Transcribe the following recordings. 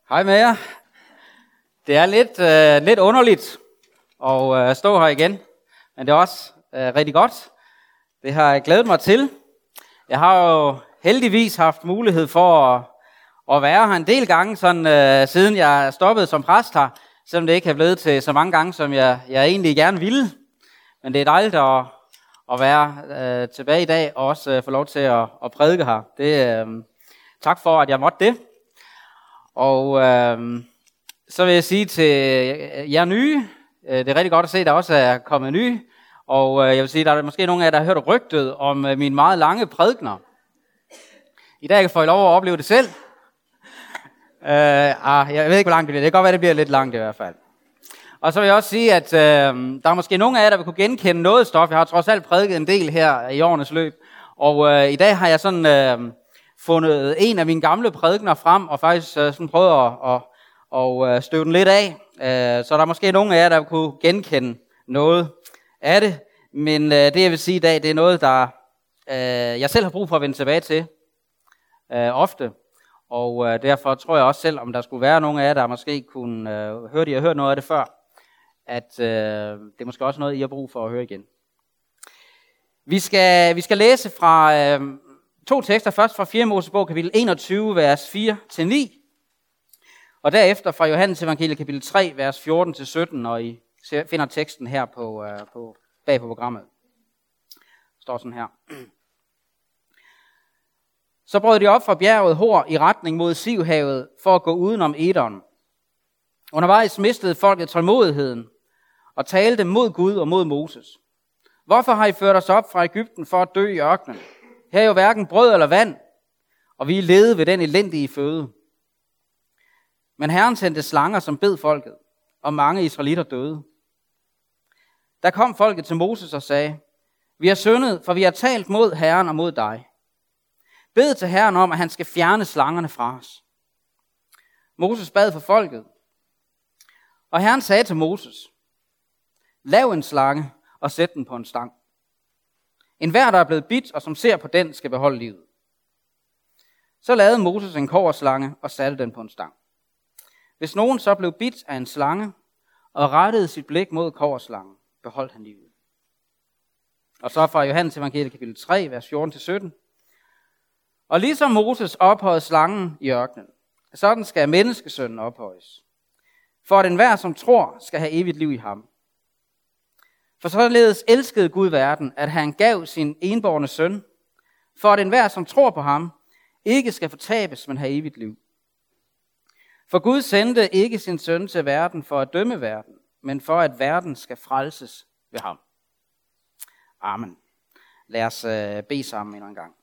Hej med jer. Det er lidt underligt at stå her igen, men det er også rigtig godt. Det har jeg glædet mig til. Jeg har jo heldigvis haft mulighed for at være her en del gange, sådan, siden jeg stoppede som præst her, selvom det ikke er blevet til så mange gange, som jeg egentlig gerne ville. Men det er dejligt at være tilbage i dag og også få lov til at prædike her. Tak for, at jeg måtte det. Og så vil jeg sige til jer nye, det er rigtig godt at se, at der også er kommet nye. Og jeg vil sige, at der er måske nogle af jer, der har hørt rygtet om mine meget lange prædikener. I dag kan få lov at opleve det selv. Jeg ved ikke, hvor langt det bliver. Det kan godt være, det bliver lidt langt i hvert fald. Og så vil jeg også sige, at der er måske nogle af jer, der vil kunne genkende noget stof. Jeg har trods alt prædiket en del her i årenes løb. Og i dag har jeg sådan fundet en af mine gamle prædikener frem, og faktisk sådan prøvet at støve den lidt af. Så der er måske nogle af jer, der vil kunne genkende noget af det. Men det jeg vil sige i dag, det er noget, der jeg selv har brug for at vende tilbage til ofte. Og derfor tror jeg også selv, om der skulle være nogle af jer, der måske kunne høre det, jeg har hørt noget af det før, at det er måske også noget, I har brug for at høre igen. Vi skal læse fra to tekster, først fra 4. Mosebog, kapitel 21, vers 4-9, og derefter fra Johannes Evangeliet, kapitel 3, vers 14-17, og I finder teksten her bag på programmet. Det står sådan her. Så brød de op fra bjerget Hor i retning mod Sivhavet for at gå udenom Edom. Undervejs mistede folket tålmodigheden og talte mod Gud og mod Moses. Hvorfor har I ført os op fra Egypten for at dø i ørkenen? Her er jo hverken brød eller vand, og vi er lede ved den elendige føde. Men Herren sendte slanger, som bed folket, og mange israelitter døde. Der kom folket til Moses og sagde, vi har syndet, for vi har talt mod Herren og mod dig. Bed til Herren om, at han skal fjerne slangerne fra os. Moses bad for folket, og Herren sagde til Moses, lav en slange og sæt den på en stang. Enhver, der er blevet bidt, og som ser på den, skal beholde livet. Så lavede Moses en kobberslange og satte den på en stang. Hvis nogen så blev bidt af en slange og rettede sit blik mod kobberslangen, beholdt han livet. Og så fra Johannes Evangeliet kapitel 3, vers 14-17. Og ligesom Moses ophøjede slangen i ørkenen, sådan skal menneskesønnen ophøjes. For at enhver, som tror, skal have evigt liv i ham. For således elskede Gud verden, at han gav sin enbårne søn, for at enhver, som tror på ham, ikke skal fortabes, men have evigt liv. For Gud sendte ikke sin søn til verden for at dømme verden, men for at verden skal frelses ved ham. Amen. Lad os bede sammen endnu en gang.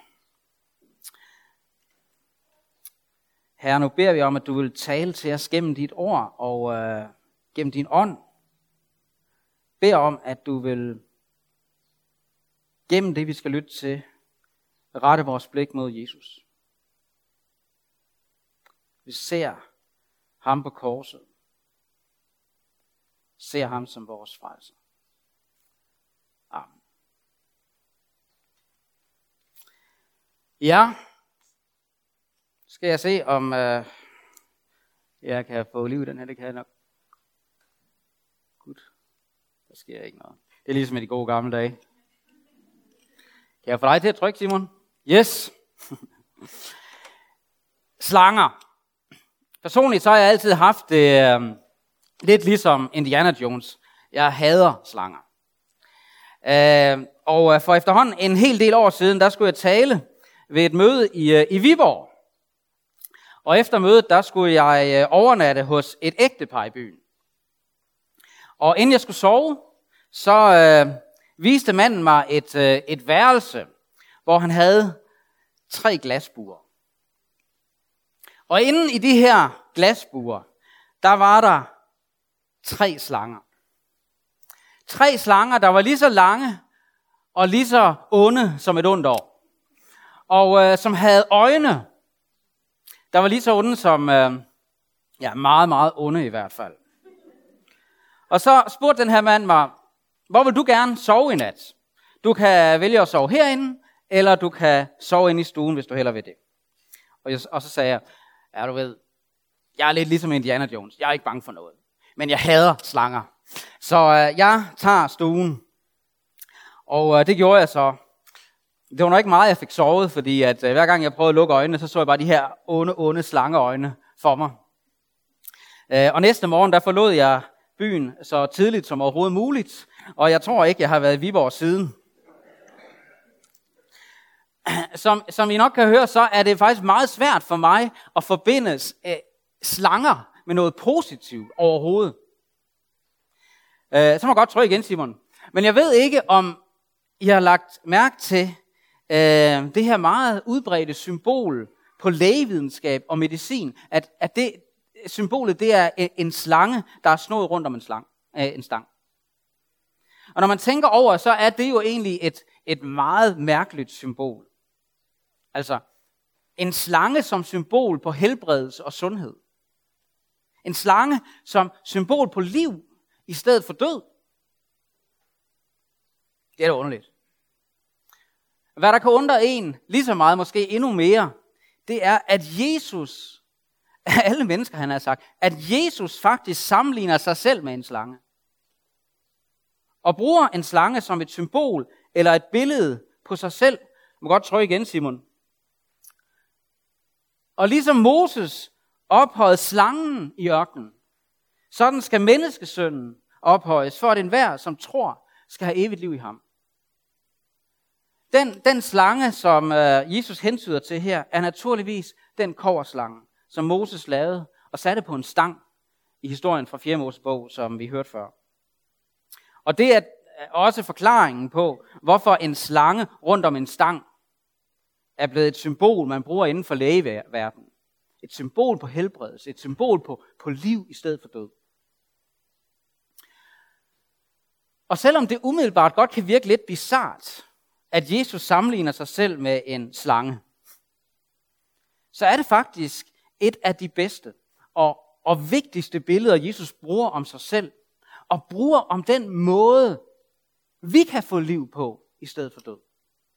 Herre, nu beder vi om, at du vil tale til os gennem dit ord og gennem din ånd. Beder om, at du vil gennem det, vi skal lytte til, rette vores blik mod Jesus. Vi ser ham på korset. Ser ham som vores frelser. Amen. Ja, skal jeg se, om jeg kan få liv i den her. Det kan jeg nok. Godt. Der sker ikke noget. Det er ligesom i de gode gamle dage. Kan jeg få dig til at trykke, Simon? Yes. Slanger. Personligt så har jeg altid haft det lidt ligesom Indiana Jones. Jeg hader slanger. Og for efterhånden en hel del år siden, der skulle jeg tale ved et møde i Viborg. Og efter mødet, der skulle jeg overnatte hos et ægtepar i byen. Og inden jeg skulle sove, så viste manden mig et værelse, hvor han havde 3 glasbuer. Og inden i de her glasbuer, der var der 3 slanger. 3 slanger, der var lige så lange og lige så onde som et ondt år. Og som havde øjne, der var lige så onde som, meget, meget onde i hvert fald. Og så spurgte den her mand mig, hvor vil du gerne sove i nat? Du kan vælge at sove herinde, eller du kan sove inde i stuen, hvis du hellere vil det. Og så sagde jeg, ja du ved, Jeg er lidt ligesom Indiana Jones. Jeg er ikke bange for noget. Men jeg hader slanger. Så jeg tager stuen. Og det gjorde jeg så. Det var nok ikke meget, jeg fik sovet, fordi at hver gang jeg prøvede at lukke øjnene, så jeg bare de her onde slangeøjne for mig. Og næste morgen, der forlod jeg byen så tidligt som overhovedet muligt. Og jeg tror ikke, jeg har været i Viborg siden. Som I nok kan høre, så er det faktisk meget svært for mig at forbinde slanger med noget positivt overhovedet. Så må jeg godt trykke igen, Simon. Men jeg ved ikke, om I har lagt mærke til det her meget udbredte symbol på lægevidenskab og medicin, at det symbolet, det er en slange, der er snået rundt om en stang. Og når man tænker over, så er det jo egentlig et meget mærkeligt symbol. Altså, en slange som symbol på helbredelse og sundhed. En slange som symbol på liv i stedet for død. Det er da underligt. Hvad der kan undre en lige så meget, måske endnu mere, det er, at Jesus, af alle mennesker han har sagt, at Jesus faktisk sammenligner sig selv med en slange. Og bruger en slange som et symbol eller et billede på sig selv. Du må godt trykke igen, Simon. Og ligesom Moses ophøjede slangen i ørkenen, sådan skal menneskesønnen ophøjes, for at enhver, som tror, skal have evigt liv i ham. Den slange, som Jesus hentyder til her, er naturligvis den kobberslange, som Moses lavede og satte på en stang i historien fra 4. Mosebog, som vi hørte før. Og det er også forklaringen på, hvorfor en slange rundt om en stang er blevet et symbol, man bruger inden for lægeverdenen. Et symbol på helbredelse, et symbol på liv i stedet for død. Og selvom det umiddelbart godt kan virke lidt bizart, at Jesus sammenligner sig selv med en slange, så er det faktisk et af de bedste og vigtigste billeder, Jesus bruger om sig selv, og bruger om den måde, vi kan få liv på i stedet for død.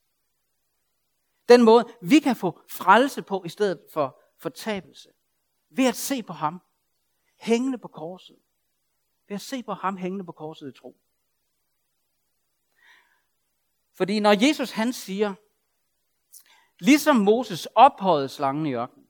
Den måde, vi kan få frelse på i stedet for fortabelse. Ved at se på ham hængende på korset. Ved at se på ham hængende på korset i tro. Fordi når Jesus han siger, ligesom Moses ophøjede slangen i ørkenen,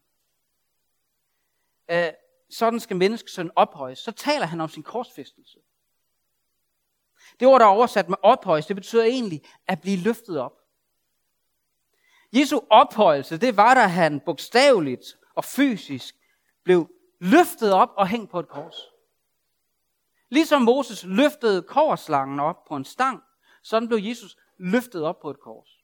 sådan skal menneskesønnen ophøjes, så taler han om sin korsfæstelse. Det ord, der er oversat med ophøjes, det betyder egentlig at blive løftet op. Jesu ophøjelse, det var, da han bogstaveligt og fysisk blev løftet op og hængt på et kors. Ligesom Moses løftede kobberslangen op på en stang, sådan blev Jesus løftet op på et kors.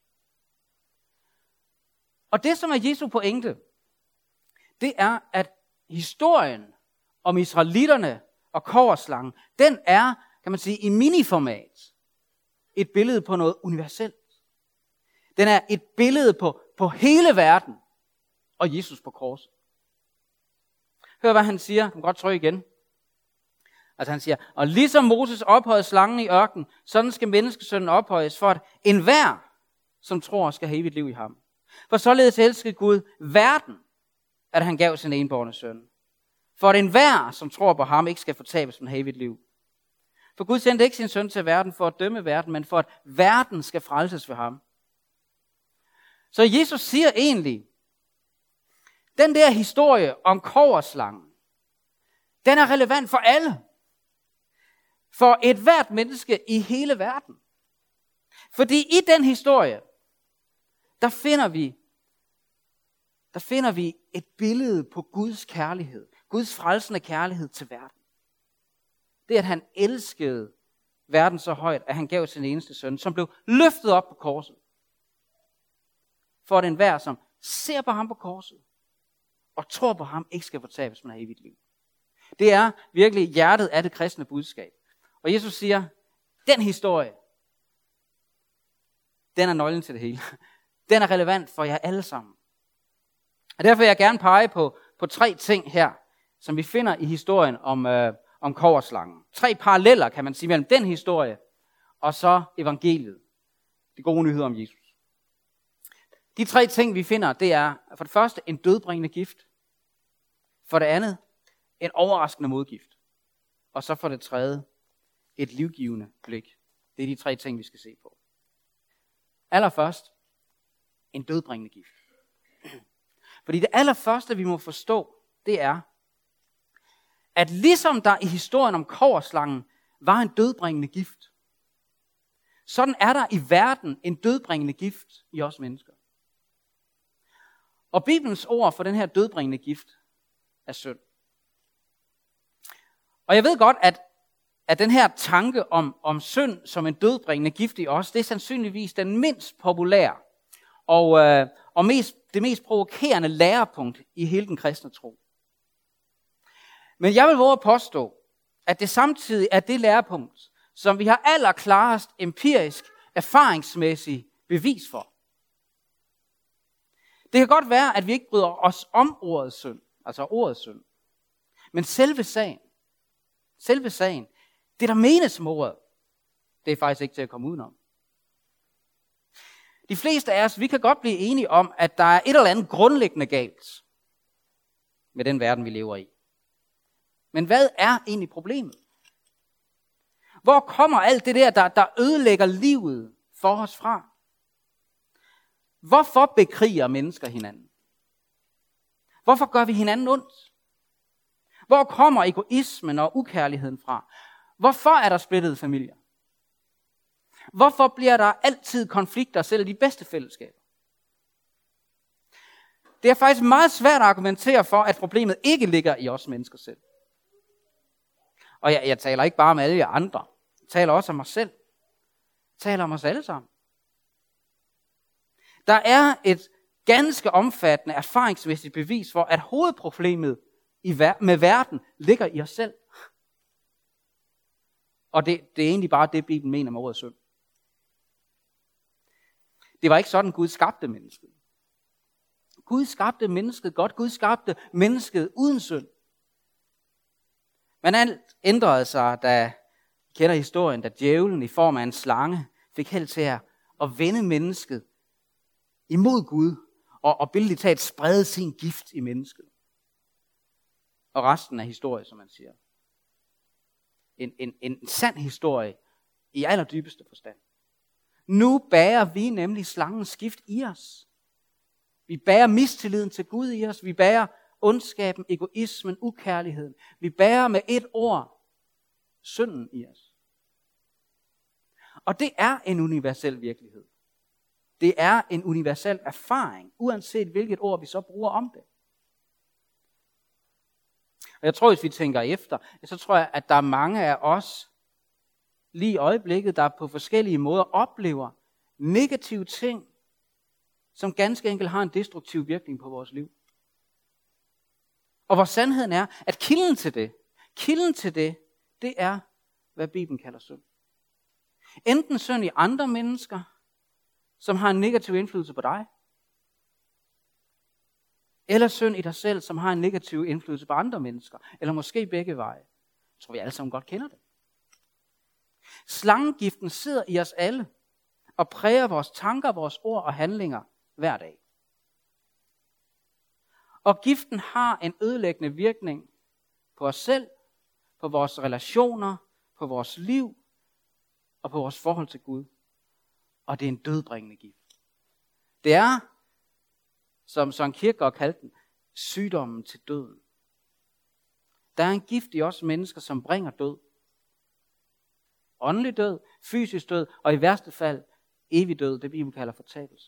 Og det, som er Jesu pointe, det er, at historien om israelitterne og kobberslangen, den er, kan man sige, i miniformat et billede på noget universelt. Den er et billede på hele verden og Jesus på korset. Hør, hvad han siger. Du kan godt trykke igen. Altså han siger, og ligesom Moses ophøjede slangen i ørkenen, sådan skal menneskesønnen ophøjes, for at enhver, som tror, skal have evigt liv i ham. For således elskede Gud verden, at han gav sin enbårne søn. For at enhver, som tror på ham, ikke skal fortabes, men have evigt liv. For Gud sendte ikke sin søn til verden for at dømme verden, men for at verden skal frelses ved ham. Så Jesus siger egentlig, den der historie om kobberslangen, den er relevant for alle. For et hvert menneske i hele verden. Fordi i den historie, der finder vi et billede på Guds kærlighed. Guds frelsende kærlighed til verden. Det er, at han elskede verden så højt, at han gav sin eneste søn, som blev løftet op på korset. For at enhver, som ser på ham på korset, og tror på ham, ikke skal fortabes, men have evigt liv. Det er virkelig hjertet af det kristne budskab. Og Jesus siger, den historie, den er nøglen til det hele. Den er relevant for jer alle sammen. Og derfor vil jeg gerne pege på 3 ting her, som vi finder i historien om kobberslangen. 3 paralleller, kan man sige, mellem den historie og så evangeliet. De gode nyheder om Jesus. De 3 ting, vi finder, det er for det første en dødbringende gift. For det andet, en overraskende modgift. Og så for det tredje, et livgivende blik. Det er de 3 ting, vi skal se på. Allerførst, en dødbringende gift. Fordi det allerførste, vi må forstå, det er, at ligesom der i historien om kobberslangen var en dødbringende gift, sådan er der i verden en dødbringende gift i os mennesker. Og Bibelens ord for den her dødbringende gift er synd. Og jeg ved godt, at den her tanke om synd som en dødbringende gift i os, det er sandsynligvis den mindst populære og det mest provokerende lærepunkt i hele den kristne tro. Men jeg vil våge at påstå, at det samtidig er det lærepunkt, som vi har allerklarest empirisk, erfaringsmæssigt bevis for. Det kan godt være, at vi ikke bryder os om ordet synd, altså ordet synd. Men selve sagen, det der menes med ordet, det er faktisk ikke til at komme udenom. De fleste af os, vi kan godt blive enige om, at der er et eller andet grundlæggende galt med den verden, vi lever i. Men hvad er egentlig problemet? Hvor kommer alt det der ødelægger livet for os fra? Hvorfor bekriger mennesker hinanden? Hvorfor gør vi hinanden ondt? Hvor kommer egoismen og ukærligheden fra? Hvorfor er der splittede familier? Hvorfor bliver der altid konflikter, selv i de bedste fællesskaber? Det er faktisk meget svært at argumentere for, at problemet ikke ligger i os mennesker selv. Og jeg taler ikke bare om alle jer andre. Jeg taler også om mig selv. Jeg taler om os alle sammen. Der er et ganske omfattende erfaringsmæssigt bevis for, at hovedproblemet med verden ligger i os selv. Og det er egentlig bare det, Bibelen mener med ordet synd. Det var ikke sådan, Gud skabte mennesket. Gud skabte mennesket godt. Gud skabte mennesket uden synd. Men alt ændrede sig, da kender historien, da djævlen i form af en slange fik held til at vende mennesket imod Gud og billedligt talt sprede sin gift i mennesket. Og resten er historie, som man siger. En sand historie i allerdybeste forstand. Nu bærer vi nemlig slangens gift i os. Vi bærer mistilliden til Gud i os. Vi bærer ondskaben, egoismen, ukærligheden. Vi bærer med et ord synden i os. Og det er en universel virkelighed. Det er en universel erfaring, uanset hvilket ord vi så bruger om det. Og jeg tror, hvis vi tænker efter, så tror jeg, at der er mange af os, lige i øjeblikket, der på forskellige måder oplever negative ting, som ganske enkelt har en destruktiv virkning på vores liv. Og hvor sandheden er, at kilden til det, det er, hvad Bibelen kalder synd. Enten synd i andre mennesker, som har en negativ indflydelse på dig, eller synd i dig selv, som har en negativ indflydelse på andre mennesker, eller måske begge veje. Jeg tror, vi alle sammen godt kender det. Slangegiften sidder i os alle, og præger vores tanker, vores ord og handlinger hver dag. Og giften har en ødelæggende virkning på os selv, på vores relationer, på vores liv og på vores forhold til Gud. Og det er en dødbringende gift. Det er, som Søren Kierkegaard kaldte den, sygdommen til døden. Der er en gift i os mennesker, som bringer død. Åndelig død, fysisk død og i værste fald evig død, det Bibelen kalder fortabelse.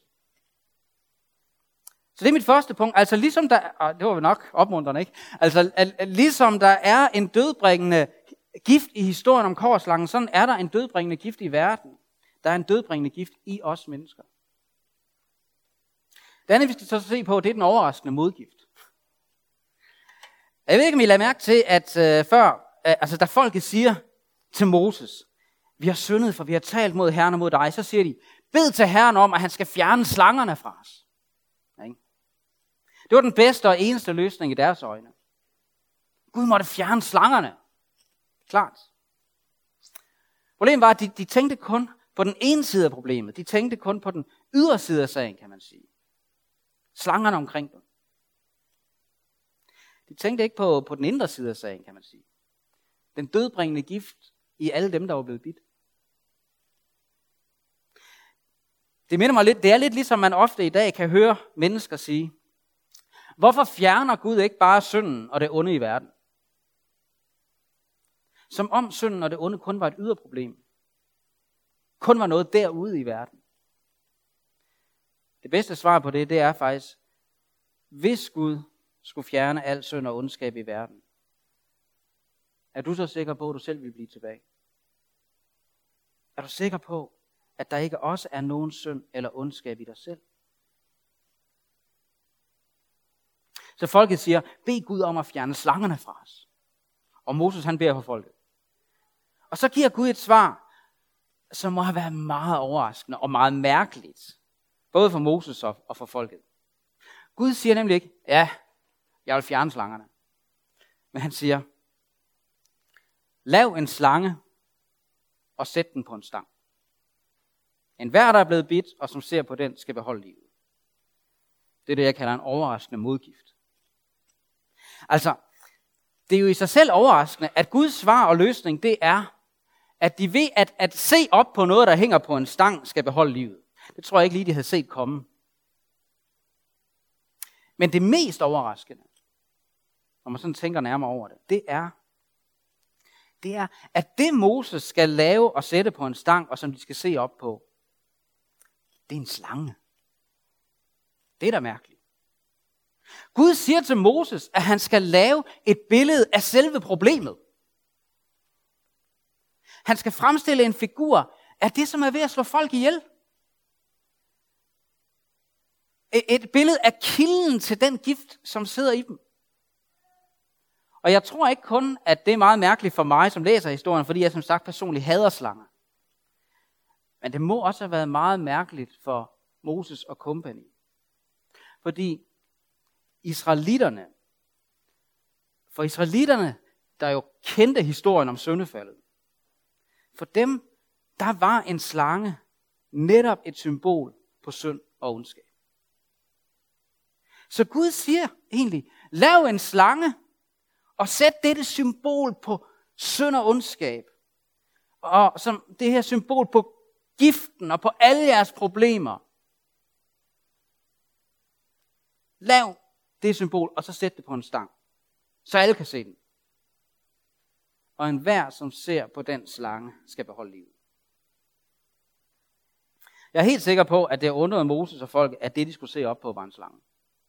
Så det er mit første punkt. Altså ligesom der, det var nok opmuntrende, ikke? Altså ligesom der er en dødbringende gift i historien om kobberslangen, sådan er der en dødbringende gift i verden. Der er en dødbringende gift i os mennesker. Det andet, vi skal så se på, det er den overraskende modgift. Jeg ved ikke, om I lader mærke til, at da folket siger til Moses, vi har syndet, for vi har talt mod Herren og mod dig, så siger de, bed til Herren om, at han skal fjerne slangerne fra os. Det var den bedste og eneste løsning i deres øjne. Gud måtte fjerne slangerne. Klart. Problemet var, at de tænkte kun på den ene side af problemet. De tænkte kun på den ydre side af sagen, kan man sige. Slangerne omkring dem. De tænkte ikke på den indre side af sagen, kan man sige. Den dødbringende gift i alle dem, der var blevet bidt. Det minder mig lidt, det er lidt ligesom man ofte i dag kan høre mennesker sige, hvorfor fjerner Gud ikke bare synden og det onde i verden? Som om synden og det onde kun var et ydre problem. Kun var noget derude i verden. Det bedste svar på det er faktisk, hvis Gud skulle fjerne al synd og ondskab i verden, er du så sikker på, at du selv vil blive tilbage? Er du sikker på, at der ikke også er nogen synd eller ondskab i dig selv? Så folket siger, bed Gud om at fjerne slangerne fra os. Og Moses han beder for folket. Og så giver Gud et svar, som må have været meget overraskende og meget mærkeligt. Både for Moses og for folket. Gud siger nemlig ikke, ja, jeg vil fjerne slangerne. Men han siger, lav en slange og sæt den på en stang. Enhver, der er blevet bidt og som ser på den, skal beholde livet. Det er det, jeg kalder en overraskende modgift. Altså, det er jo i sig selv overraskende, at Guds svar og løsning, det er, at de ved at se op på noget, der hænger på en stang, skal beholde livet. Det tror jeg ikke lige, de havde set komme. Men det mest overraskende, når man sådan tænker nærmere over det, det er, at det Moses skal lave og sætte på en stang, og som de skal se op på, det er en slange. Det er da mærkeligt. Gud siger til Moses, at han skal lave et billede af selve problemet. Han skal fremstille en figur af det, som er ved at slå folk ihjel. Et billede af kilden til den gift, som sidder i dem. Og jeg tror ikke kun, at det er meget mærkeligt for mig, som læser historien, fordi jeg som sagt personligt hader slanger. Men det må også have været meget mærkeligt for Moses og kompagni. Fordi israelitterne, der jo kendte historien om syndefaldet, for dem, der var en slange netop et symbol på synd og ondskab. Så Gud siger egentlig, lav en slange og sæt dette symbol på synd og ondskab. Og som det her symbol på giften og på alle jeres problemer. Lav det symbol, og så sæt det på en stang, så alle kan se den. Og enhver, som ser på den slange, skal beholde livet. Jeg er helt sikker på, at det undrede Moses og folk, at det, de skulle se op på, var en slange.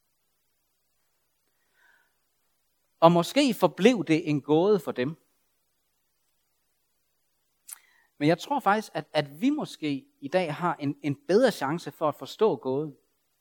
Og måske forblev det en gåde for dem. Men jeg tror faktisk, at vi måske i dag har en bedre chance for at forstå gåden.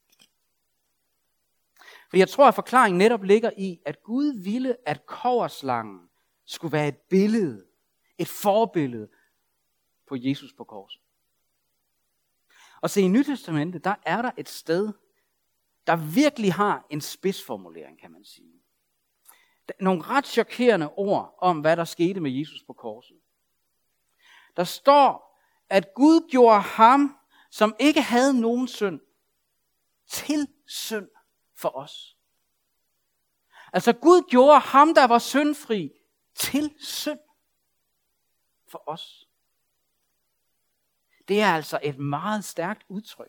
Fordi jeg tror, at forklaringen netop ligger i, at Gud ville, at kobberslangen skulle være et billede, et forbillede på Jesus på korset. Og se, i Nyt Testamentet, der er der et sted, der virkelig har en spidsformulering, kan man sige. Nogle ret chokerende ord om, hvad der skete med Jesus på korset. Der står, at Gud gjorde ham, som ikke havde nogen synd, til synd for os. Altså Gud gjorde ham, der var syndfri, til synd for os. Det er altså et meget stærkt udtryk.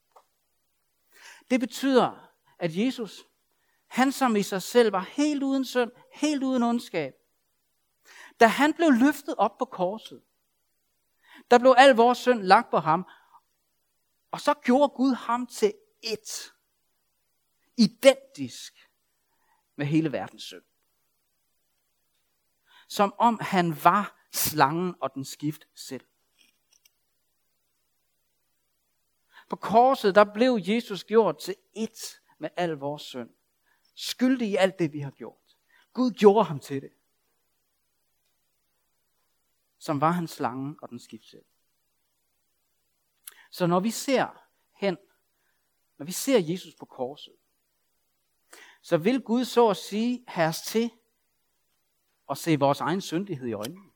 Det betyder, at Jesus, han som i sig selv var helt uden synd, helt uden ondskab, da han blev løftet op på korset, der blev al vores synd lagt på ham, og så gjorde Gud ham til ét, identisk med hele verdens synd. Som om han var slangen og den gift selv. På korset, der blev Jesus gjort til ét med al vores synd. Skyldig i alt det, vi har gjort. Gud gjorde ham til det. Som var han slangen og den gift selv. Så når vi ser Jesus på korset, så vil Gud så at sige have os til at se vores egen syndighed i øjnene.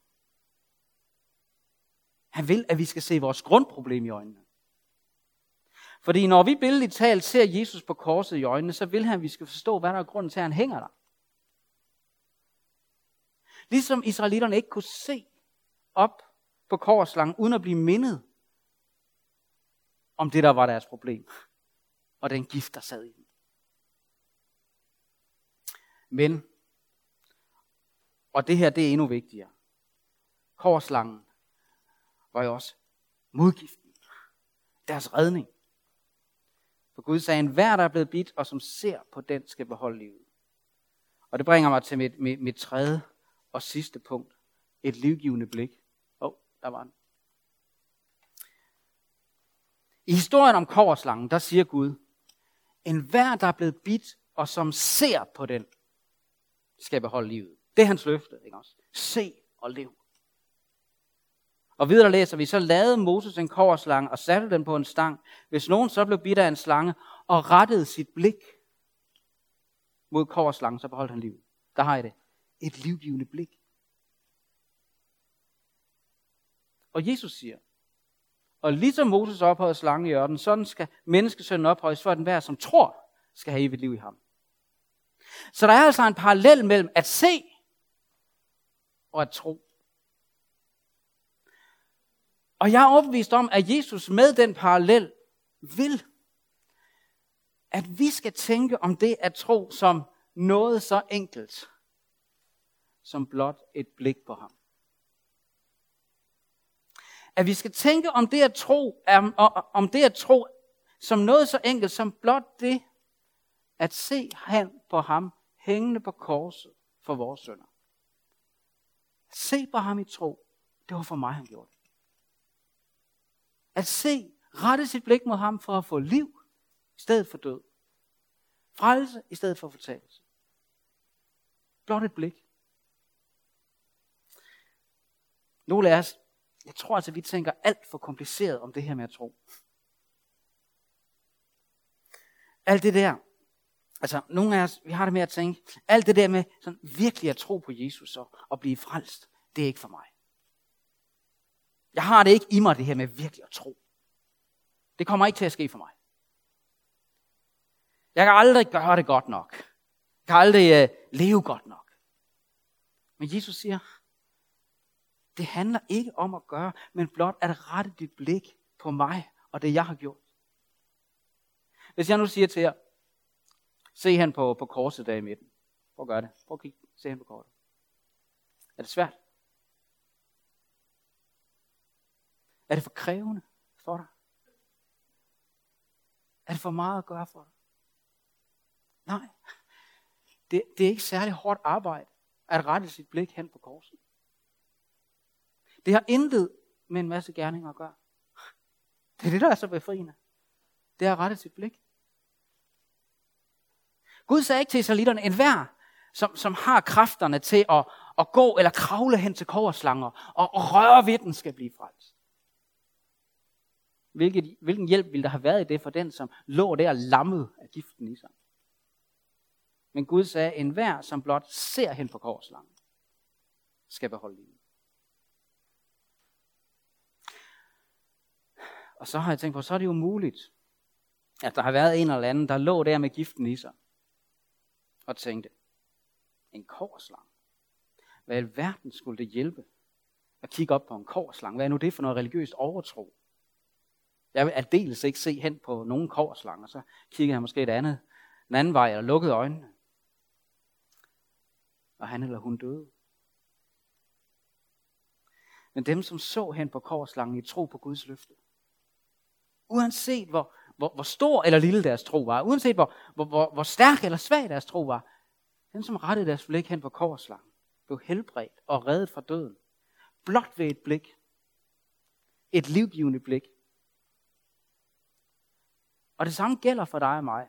Han vil, at vi skal se vores grundproblem i øjnene. Fordi når vi billedligt talt ser Jesus på korset i øjnene, så vil han, at vi skal forstå, hvad der er grunden til, at han hænger der. Ligesom israelitterne ikke kunne se op på kobberslangen, uden at blive mindet om det, der var deres problem. Og den gift, der sad i den. Men, og det her, det er endnu vigtigere. Kobberslangen var jo også modgiften. Deres redning. For Gud sagde, enhver, der er blevet bidt, og som ser på den, skal beholde livet. Og det bringer mig til mit tredje og sidste punkt. Et livgivende blik. Der var den. I historien om kobberslangen, der siger Gud, enhver, der er blevet bidt, og som ser på den, skal beholde livet. Det er hans løfte, ikke også? Se og lev. Og videre læser vi, så lavede Moses en kobberslange og satte den på en stang. Hvis nogen så blev bidt af en slange og rettede sit blik mod kobberslangen, så beholdt han livet. Der har I det. Et livgivende blik. Og Jesus siger, og ligesom Moses ophøjede slangen i ørkenen, sådan skal menneskesønnen ophøjes for, at enhver, som tror, skal have evigt liv i ham. Så der er altså en parallel mellem at se og at tro. Og jeg er overbevist om, at Jesus med den parallel vil, at vi skal tænke om det at tro som noget så enkelt, som blot et blik på ham. At vi skal tænke om det at tro som noget så enkelt som blot det at se hen på ham hængende på korset for vores synder. At se på ham i tro, det var for mig, han gjorde det. At rette sit blik mod ham for at få liv i stedet for død. Frelse i stedet for fortabelse. Blot et blik. Nogle af os, jeg tror altså, vi tænker alt for kompliceret om det her med at tro. Alt det der, altså nogle af os, vi har det med at tænke, alt det der med sådan virkelig at tro på Jesus og blive frelst, det er ikke for mig. Jeg har det ikke i mig, det her med virkelig at tro. Det kommer ikke til at ske for mig. Jeg kan aldrig gøre det godt nok. Jeg kan aldrig leve godt nok. Men Jesus siger, det handler ikke om at gøre, men blot at rette dit blik på mig og det, jeg har gjort. Hvis jeg nu siger til jer, se hen på korset der i midten. Prøv at gøre det. Prøv at kigge. Se hen på korset. Er det svært? Er det for krævende for dig? Er det for meget at gøre for dig? Nej. Det er ikke særlig hårdt arbejde at rette sit blik hen på korset. Det har intet med en masse gerninger at gøre. Det er det, der er så befriende. Det er at rette sit blik. Gud sagde ikke til israelitterne, enhver, som har kræfterne til at gå eller kravle hen til kobberslanger og røre ved den, skal blive frelst. Hvilken hjælp ville der have været i det for den, som lå der lammet af giften i sig? Men Gud sagde, enhver, som blot ser hen på kobberslangen, skal beholde livet. Og så har jeg tænkt på, så er det jo muligt, at der har været en eller anden, der lå der med giften i sig, og tænkte, en kobberslange? Hvad i alverden skulle det hjælpe at kigge op på en kobberslange? Hvad er nu det for noget religiøst overtro? Jeg vil aldeles ikke se hen på nogen kobberslanger, så kiggede han måske en anden vej, eller lukkede øjnene. Og han eller hun døde. Men dem, som så hen på kobberslangen i tro på Guds løfte, uanset hvor stor eller lille deres tro var, uanset hvor stærk eller svag deres tro var, dem, som rettede deres blik hen på kobberslangen, blev helbredt og reddet fra døden. Blot ved et blik. Et livgivende blik. Og det samme gælder for dig og mig.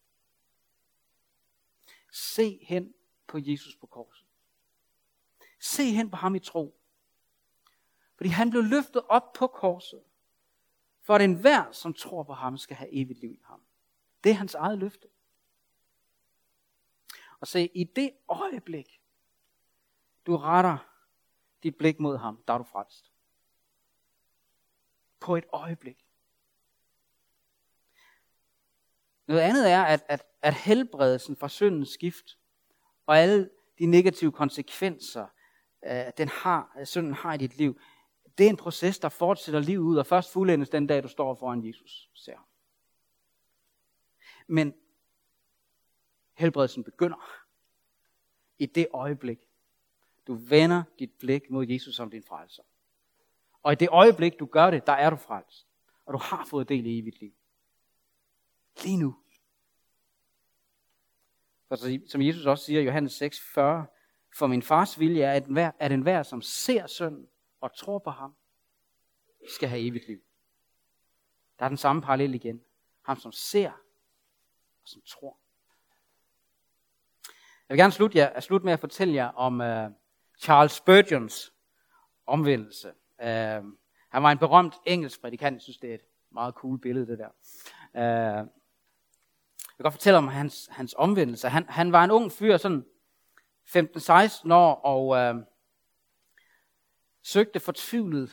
Se hen på Jesus på korset. Se hen på ham i tro. Fordi han blev løftet op på korset, for at enhver, som tror på ham, skal have evigt liv i ham. Det er hans eget løfte. Og se, i det øjeblik, du retter dit blik mod ham, der er du frelst. På et øjeblik. Noget andet er, at helbredelsen fra syndens gift og alle de negative konsekvenser synden har i dit liv, det er en proces, der fortsætter livet ud, og først fuldendes den dag, du står foran Jesus, ser ham. Men helbredelsen begynder i det øjeblik, du vender dit blik mod Jesus som din frelser. Og i det øjeblik, du gør det, der er du frelst. Og du har fået del i evigt liv. Lige nu. For som Jesus også siger i Johannes 6:40, for min fars vilje er, at enhver, som ser sønnen og tror på ham, skal have evigt liv. Der er den samme parallel igen. Ham, som ser og som tror. Jeg vil gerne slutte med at fortælle jer om Charles Spurgeons omvendelse. Han var en berømt engelsk prædikant. Jeg synes, det er et meget cool billede, det der. Jeg kan godt fortælle om hans omvendelse. Han var en ung fyr, sådan 15-16 år, og søgte fortvivlet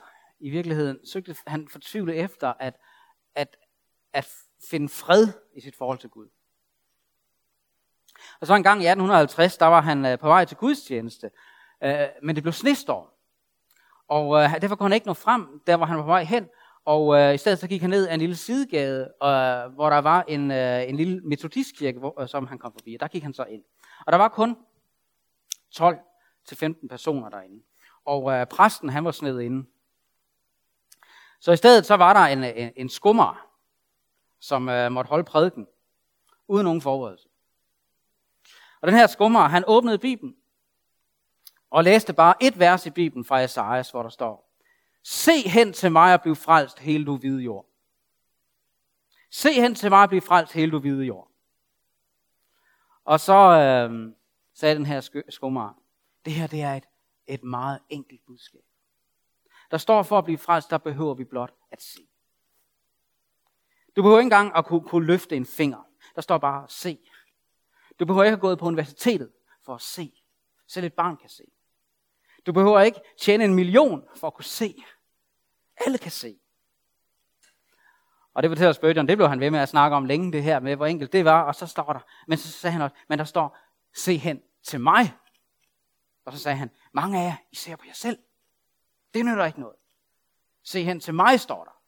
efter at finde fred i sit forhold til Gud. Og så en gang i 1850, der var han på vej til gudstjeneste, men det blev snestorm. Og derfor kunne han ikke nå frem, der hvor han var på vej hen. Og i stedet så gik han ned ad en lille sidegade, hvor der var en lille metodistkirke, som han kom forbi. Og der gik han så ind. Og der var kun 12-15 personer derinde. Og præsten, han var snedet inde. Så i stedet så var der en skummer, som måtte holde prædiken, uden nogen forberedelse. Og den her skummer, han åbnede Bibelen, og læste bare et vers i Bibelen fra Esajas, hvor der står: se hen til mig og bliv frelst, hele du hvide jord. Se hen til mig og bliv frelst, hele du hvide jord. Og så sagde den her skummer, det her det er et meget enkelt budskab. Der står, for at blive frelst, der behøver vi blot at se. Du behøver ikke engang at kunne løfte en finger. Der står bare se. Du behøver ikke at gå på universitetet for at se. Selv et barn kan se. Du behøver ikke tjene 1 million for at kunne se. Alle kan se. Og det fortæller Spurgeon, det blev han ved med at snakke om længe, det her med, hvor enkelt det var. Og så står der, men så sagde han også, men der står, se hen til mig. Og så sagde han, mange af jer, I ser på jer selv. Det nytter ikke noget. Se hen til mig, står der.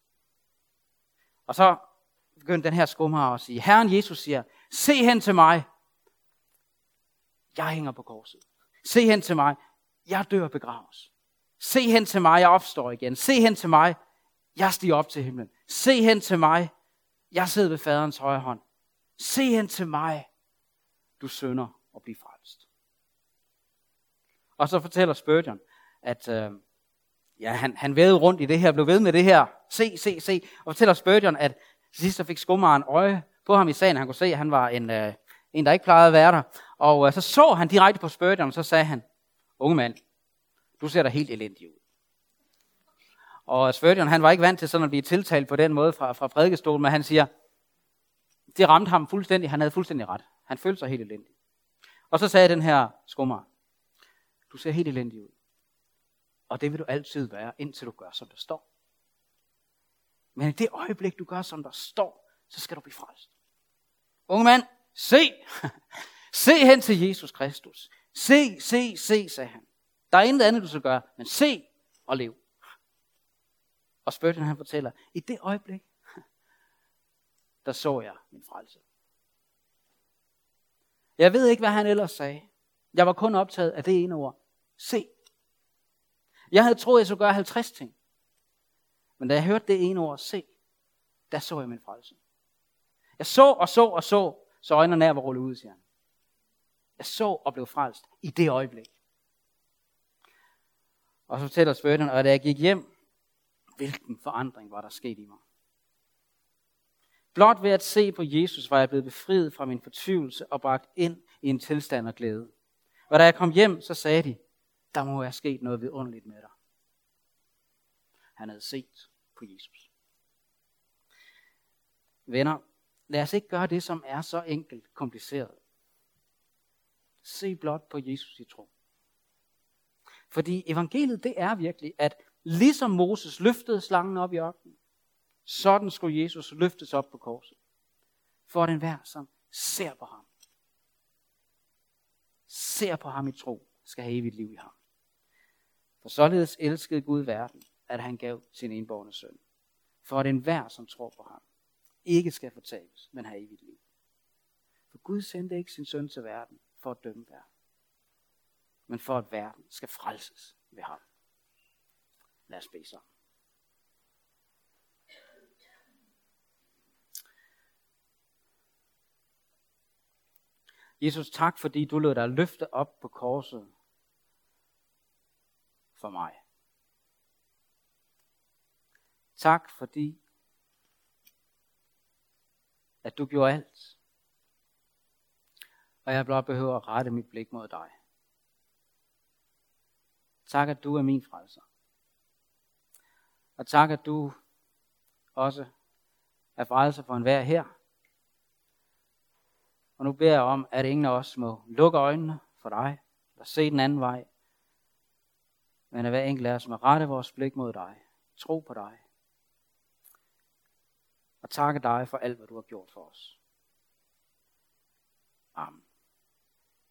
Og så begyndte den her skummer at sige, Herren Jesus siger, se hen til mig. Jeg hænger på korset. Se hen til mig. Jeg dør og begraves. Se hen til mig. Jeg opstår igen. Se hen til mig. Jeg stiger op til himlen. Se hen til mig. Jeg sidder ved faderens højre hånd. Se hen til mig. Du synder og bliver frelst. Og så fortæller Spurgeon, at han vædede rundt i det her, blev ved med det her. Se. Og fortæller Spurgeon, at til sidst så fik skummeren øje på ham i sagen. Han kunne se, at han var en der ikke plejede at være der. Og så han direkte på Spurgeon, og så sagde han, unge mand, du ser da helt elendig ud. Og Spurgeon, han var ikke vant til sådan at blive tiltalt på den måde fra prædikestolen, men han siger, det ramte ham fuldstændig, han havde fuldstændig ret. Han følte sig helt elendig. Og så sagde den her skummer, du ser helt elendig ud. Og det vil du altid være, indtil du gør, som der står. Men i det øjeblik, du gør, som der står, så skal du blive frelst. Unge mand, se! Se hen til Jesus Kristus. Se, sagde han. Der er intet andet, du skal gøre, men se og lev. Og Spurgeon, han fortæller, i det øjeblik, der så jeg min frelse. Jeg ved ikke, hvad han ellers sagde. Jeg var kun optaget af det ene ord. Se. Jeg havde troet, jeg skulle gøre 50 ting. Men da jeg hørte det ene ord, se, der så jeg min frelse. Jeg så øjnene af var rullet ud, siger han. Jeg så og blev frelst i det øjeblik. Og så fortæller Spurgeon, og da jeg gik hjem, hvilken forandring var der sket i mig. Blot ved at se på Jesus, var jeg blevet befriet fra min fortvivlelse og bragt ind i en tilstand af glæde. Og da jeg kom hjem, så sagde de, der må være sket noget vidunderligt med dig. Han havde set på Jesus. Venner, lad os ikke gøre det, som er så enkelt kompliceret. Se blot på Jesus i tro. Fordi evangeliet, det er virkelig, at ligesom Moses løftede slangen op i ørkenen, sådan skulle Jesus løftes op på korset. For den hver, som ser på ham i tro, skal have evigt liv i ham. For således elskede Gud verden, at han gav sin enbårne søn, for at enhver, som tror på ham, ikke skal fortabes, men have evigt liv. For Gud sendte ikke sin søn til verden for at dømme verden, men for at verden skal frelses ved ham. Lad os bede sammen. Jesus, tak fordi du lod dig løfte op på korset for mig. Tak fordi, at du gjorde alt, og jeg blot behøver at rette mit blik mod dig. Tak, at du er min frelser. Og tak, at du også er frelser for enhver her. Og nu beder jeg om, at ingen af os må lukke øjnene for dig, eller se den anden vej, men at hver enkelt af os må rette vores blik mod dig, tro på dig, og takke dig for alt, hvad du har gjort for os. Amen.